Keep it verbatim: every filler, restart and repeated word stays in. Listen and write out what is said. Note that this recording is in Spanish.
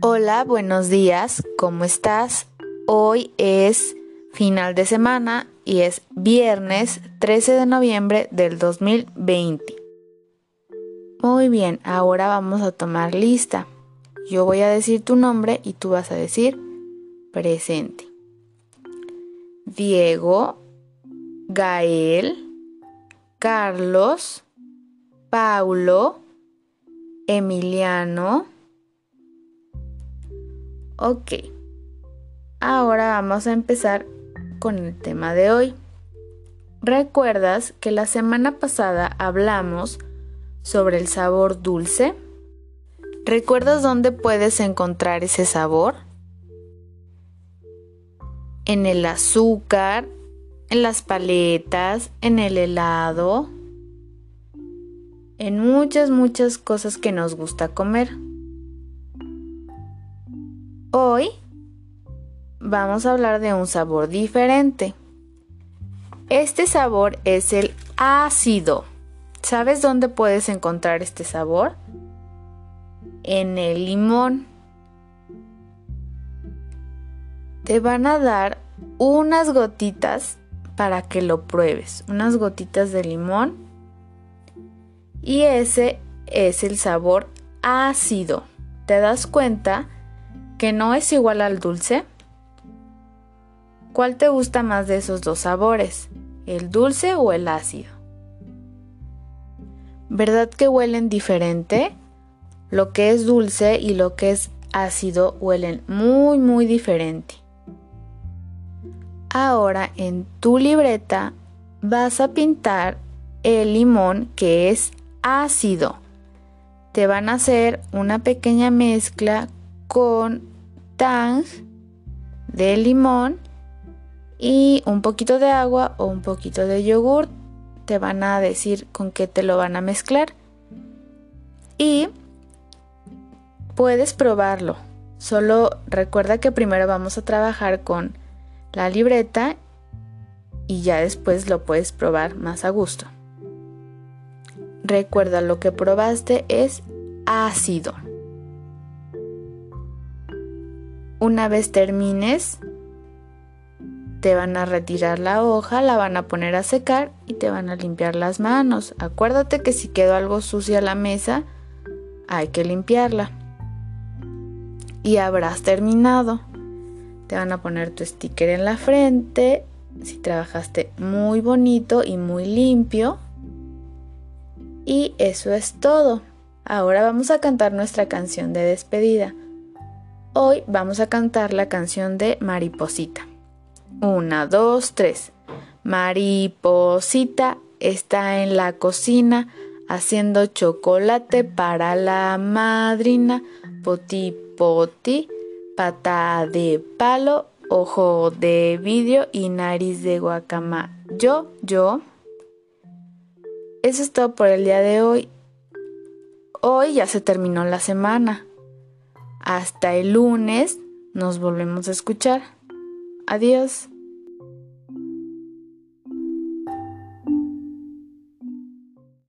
Hola, buenos días, ¿cómo estás? Hoy es final de semana y es viernes trece de noviembre del dos mil veinte. Muy bien, ahora vamos a tomar lista. Yo voy a decir tu nombre y tú vas a decir presente. Diego, Gael, Carlos, Paulo, Emiliano. Ok, ahora vamos a empezar con el tema de hoy. ¿Recuerdas que la semana pasada hablamos sobre el sabor dulce? ¿Recuerdas dónde puedes encontrar ese sabor? En el azúcar, en las paletas, en el helado, en muchas, muchas cosas que nos gusta comer. Hoy vamos a hablar de un sabor diferente. Este sabor es el ácido. ¿Sabes dónde puedes encontrar este sabor? En el limón. Te van a dar unas gotitas para que lo pruebes, unas gotitas de limón. Y ese es el sabor ácido. ¿Te das cuenta que no es igual al dulce? ¿Cuál te gusta más de esos dos sabores? ¿El dulce o el ácido? ¿Verdad que huelen diferente? Lo que es dulce y lo que es ácido huelen muy muy diferente. Ahora en tu libreta vas a pintar el limón que es ácido. Te van a hacer una pequeña mezcla con tang de limón y un poquito de agua o un poquito de yogur. Te van a decir con qué te lo van a mezclar y puedes probarlo. Solo recuerda que primero vamos a trabajar con la libreta y ya después lo puedes probar más a gusto. Recuerda, lo que probaste es ácido. Una vez termines, te van a retirar la hoja, la van a poner a secar y te van a limpiar las manos. Acuérdate que si quedó algo sucia la mesa, hay que limpiarla. Y habrás terminado. Te van a poner tu sticker en la frente, si trabajaste muy bonito y muy limpio. Y eso es todo. Ahora vamos a cantar nuestra canción de despedida. Hoy vamos a cantar la canción de Mariposita. Una, dos, tres. Mariposita está en la cocina haciendo chocolate para la madrina. Poti, poti, pata de palo, ojo de vidrio y nariz de guacama. Yo, yo. Eso es todo por el día de hoy. Hoy ya se terminó la semana. Hasta el lunes nos volvemos a escuchar. Adiós.